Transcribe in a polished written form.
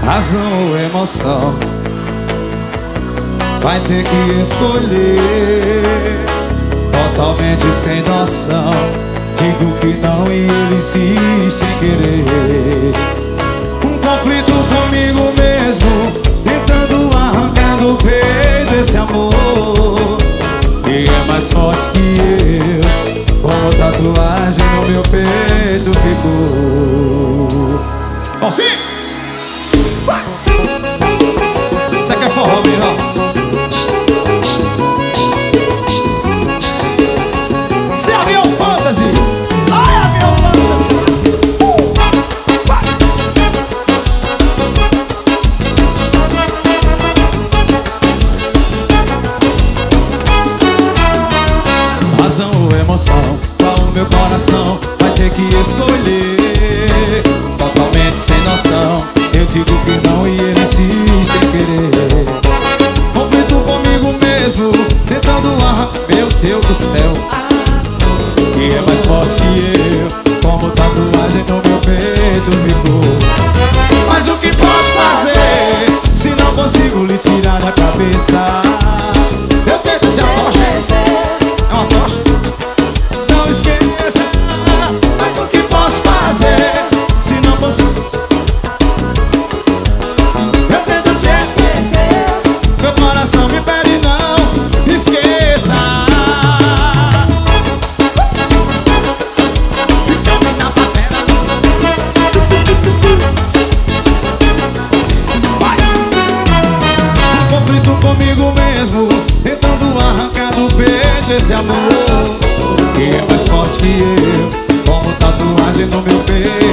Razão ou emoção, vai ter que escolher. Totalmente sem noção, digo que não e ele insiste sem querer. Um conflito comigo mesmo, tentando arrancar do peito esse amor que é mais forte que eu, como tatuagem no meu peito ficou. Bom, sim! Isso aqui é forró, Mirão. Se avião fantasy. Ai, avião fantasy. Razão ou emoção, qual o meu coração vai ter que escolher. Totalmente sem noção, eu digo que não e ele insiste sem querer. Conflito comigo mesmo, tentando arrancar. Meu Deus do céu, que é mais forte que eu, como tatuagem no meu peito ficou. Mas o que posso fazer, se não consigo lhe tirar da cabeça? Eu tento se atochar. É uma tocha? Não esqueça. Mas o que posso fazer, se não consigo? Eu tento te esquecer, meu coração me pede não esqueça. Conflito comigo mesmo, tentando arrancar do peito esse amor que é mais forte que eu, como tatuagem no meu peito.